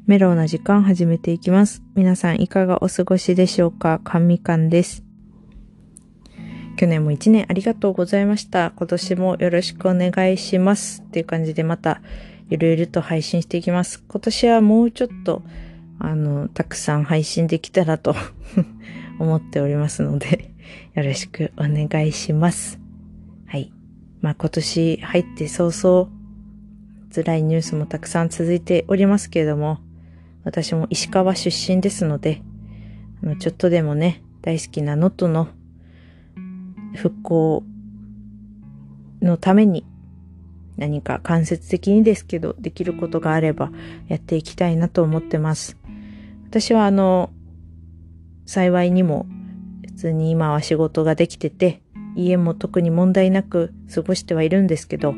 メロウな時間始めていきます。皆さんいかがお過ごしでしょうか。かんみかんです。去年も1年ありがとうございました。今年もよろしくお願いします。っていう感じでまたゆるゆると配信していきます。今年はもうちょっとたくさん配信できたらと思っておりますのでよろしくお願いします。はい。今年入って早々辛いニュースもたくさん続いておりますけれども、私も石川出身ですので、ちょっとでもね、大好きな能登の復興のために何か間接的にですけどできることがあればやっていきたいなと思ってます。私は幸いにも普通に今は仕事ができてて、家も特に問題なく過ごしてはいるんですけど、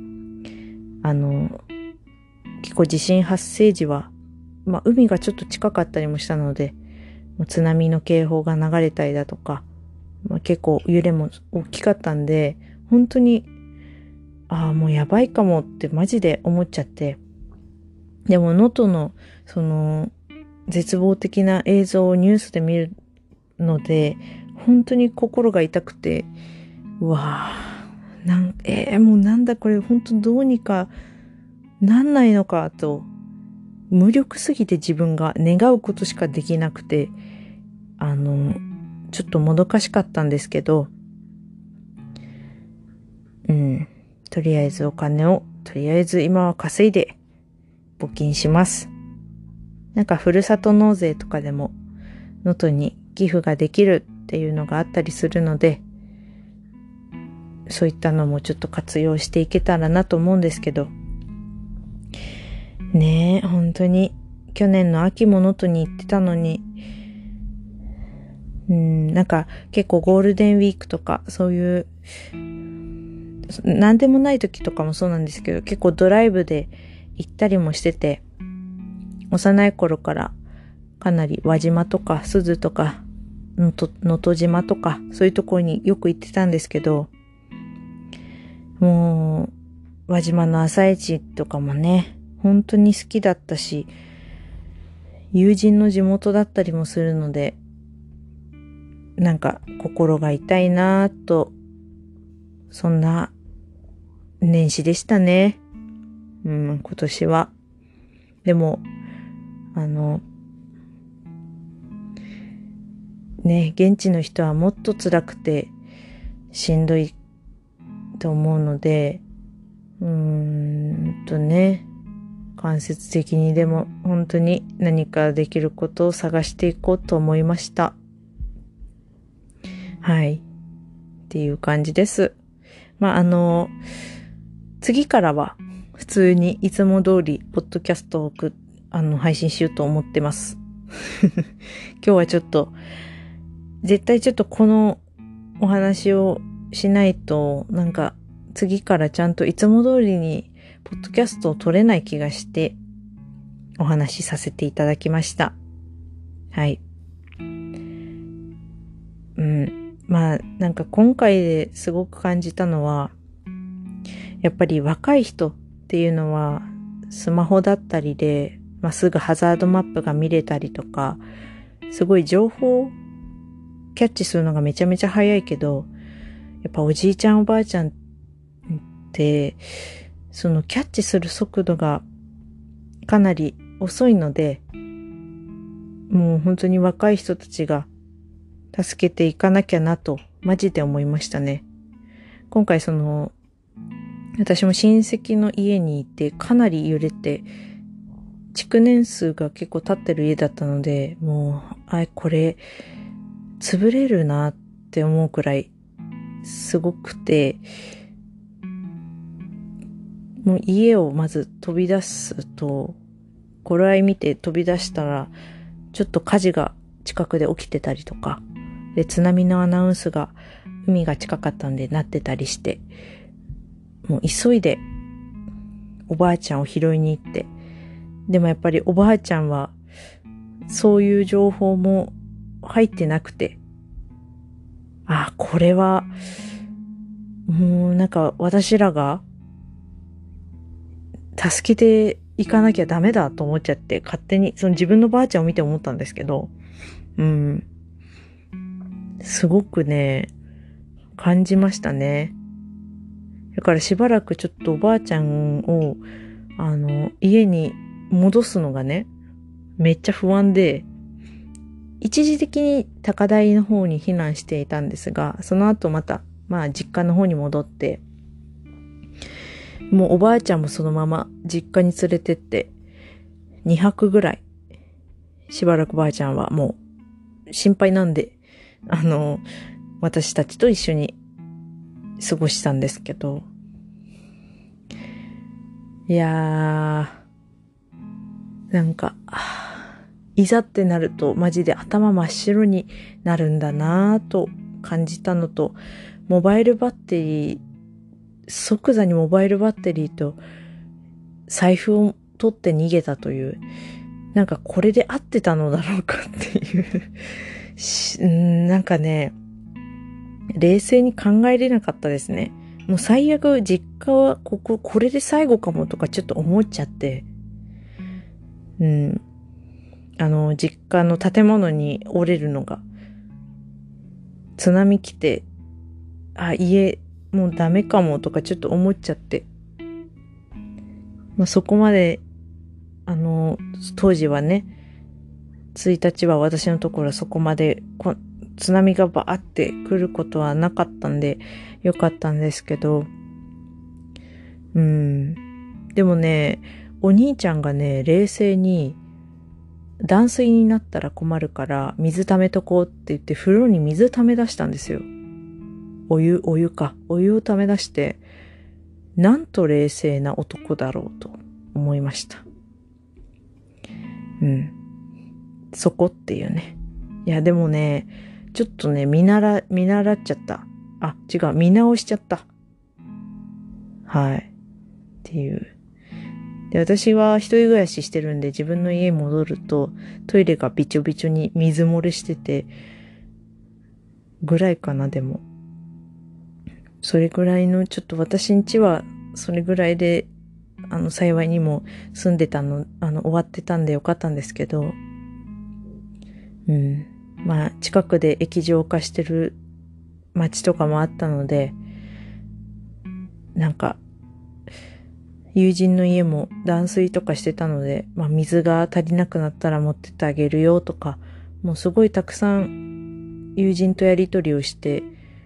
結構地震発生時は海がちょっと近かったりもしたので、津波の警報が流れたりだとか、結構揺れも大きかったんで、本当に、もうやばいかもってマジで思っちゃって。でも能登の、絶望的な映像をニュースで見るので、本当に心が痛くて、うわぁ、もうなんだこれ、本当どうにかなんないのかと、無力すぎて自分が願うことしかできなくて、ちょっともどかしかったんですけど、とりあえずお金を、とりあえず今は稼いで募金します。なんかふるさと納税とかでも能登に寄付ができるっていうのがあったりするので、そういったのもちょっと活用していけたらなと思うんですけど、ねえ、本当に去年の秋も能登に行ってたのに、なんか結構ゴールデンウィークとかそういうなんでもない時とかもそうなんですけど、結構ドライブで行ったりもしてて、幼い頃からかなり輪島とか鈴とか能登島とかそういうところによく行ってたんですけど、もう輪島の朝市とかもね本当に好きだったし、友人の地元だったりもするので、なんか心が痛いなぁと、そんな年始でしたね。今年は。でも現地の人はもっと辛くてしんどいと思うので、間接的にでも本当に何かできることを探していこうと思いました。はい。っていう感じです。次からは普通にいつも通りポッドキャストを配信しようと思ってます。今日はちょっと絶対ちょっとこのお話をしないと、なんか次からちゃんといつも通りにポッドキャストを撮れない気がしてお話しさせていただきました。はい。なんか今回ですごく感じたのは、やっぱり若い人っていうのはスマホだったりで、すぐハザードマップが見れたりとか、すごい情報をキャッチするのがめちゃめちゃ早いけど、やっぱおじいちゃんおばあちゃんってそのキャッチする速度がかなり遅いので、もう本当に若い人たちが助けていかなきゃなとマジで思いましたね。今回私も親戚の家にいてかなり揺れて、築年数が結構経ってる家だったので、もうこれ潰れるなって思うくらいすごくて、もう家をまず飛び出すと、頃合い見て飛び出したらちょっと火事が近くで起きてたりとかで、津波のアナウンスが海が近かったんでなってたりして、もう急いでおばあちゃんを拾いに行って、でもやっぱりおばあちゃんはそういう情報も入ってなくて、これはもうなんか私らが助けて行かなきゃダメだと思っちゃって、勝手に、その自分のばあちゃんを見て思ったんですけど、すごくね、感じましたね。だからしばらくちょっとおばあちゃんを、家に戻すのがね、めっちゃ不安で、一時的に高台の方に避難していたんですが、その後また、実家の方に戻って、もうおばあちゃんもそのまま実家に連れてって、2泊ぐらい、しばらくばあちゃんはもう心配なんで、私たちと一緒に過ごしたんですけど、いやー、なんか、いざってなるとマジで頭真っ白になるんだなぁと感じたのと、モバイルバッテリー、即座にモバイルバッテリーと財布を取って逃げたという、なんかこれで合ってたのだろうかっていうなんかね、冷静に考えれなかったですね。もう最悪実家はこれで最後かもとかちょっと思っちゃって、実家の建物に折れるのが、津波来て、家もうダメかもとかちょっと思っちゃって、そこまで、当時はね、1日は私のところはそこまで津波がバーって来ることはなかったんでよかったんですけど、でもね、お兄ちゃんがね、冷静に断水になったら困るから水溜めとこうって言って風呂に水溜め出したんですよ。お湯を溜め出して、なんと冷静な男だろうと思いました。そこっていうね。いやでもね、ちょっとね、見習っちゃった。見直しちゃった。はい。っていう。で、私は一人暮らししてるんで、自分の家に戻ると、トイレがびちょびちょに水漏れしてて、ぐらいかな、でも。それぐらいの、ちょっと私ん家は、それぐらいで、幸いにも住んでたの、終わってたんでよかったんですけど、近くで液状化してる町とかもあったので、なんか、友人の家も断水とかしてたので、水が足りなくなったら持ってってあげるよとか、もうすごいたくさん友人とやりとりをして、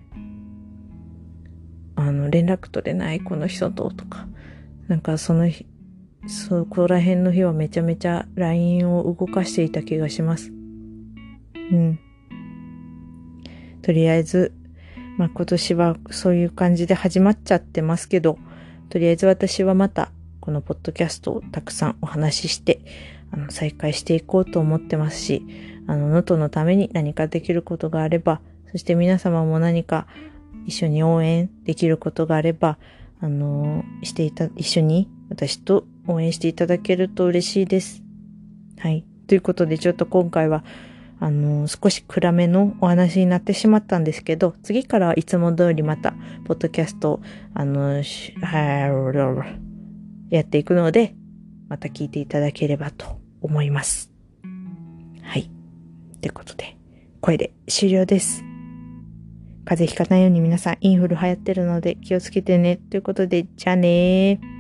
連絡取れないこの人とか、なんかそこら辺の日はめちゃめちゃ LINE を動かしていた気がします。とりあえず、今年はそういう感じで始まっちゃってますけど、とりあえず私はまたこのポッドキャストをたくさんお話しして、再開していこうと思ってますし、能登のために何かできることがあれば、そして皆様も何か一緒に応援できることがあれば、一緒に私と応援していただけると嬉しいです。はい。ということでちょっと今回は少し暗めのお話になってしまったんですけど、次からはいつも通りまた、ポッドキャストを、やっていくので、また聞いていただければと思います。はい。ということで、これで終了です。風邪ひかないように皆さんインフル流行ってるので気をつけてね。ということで、じゃあねー。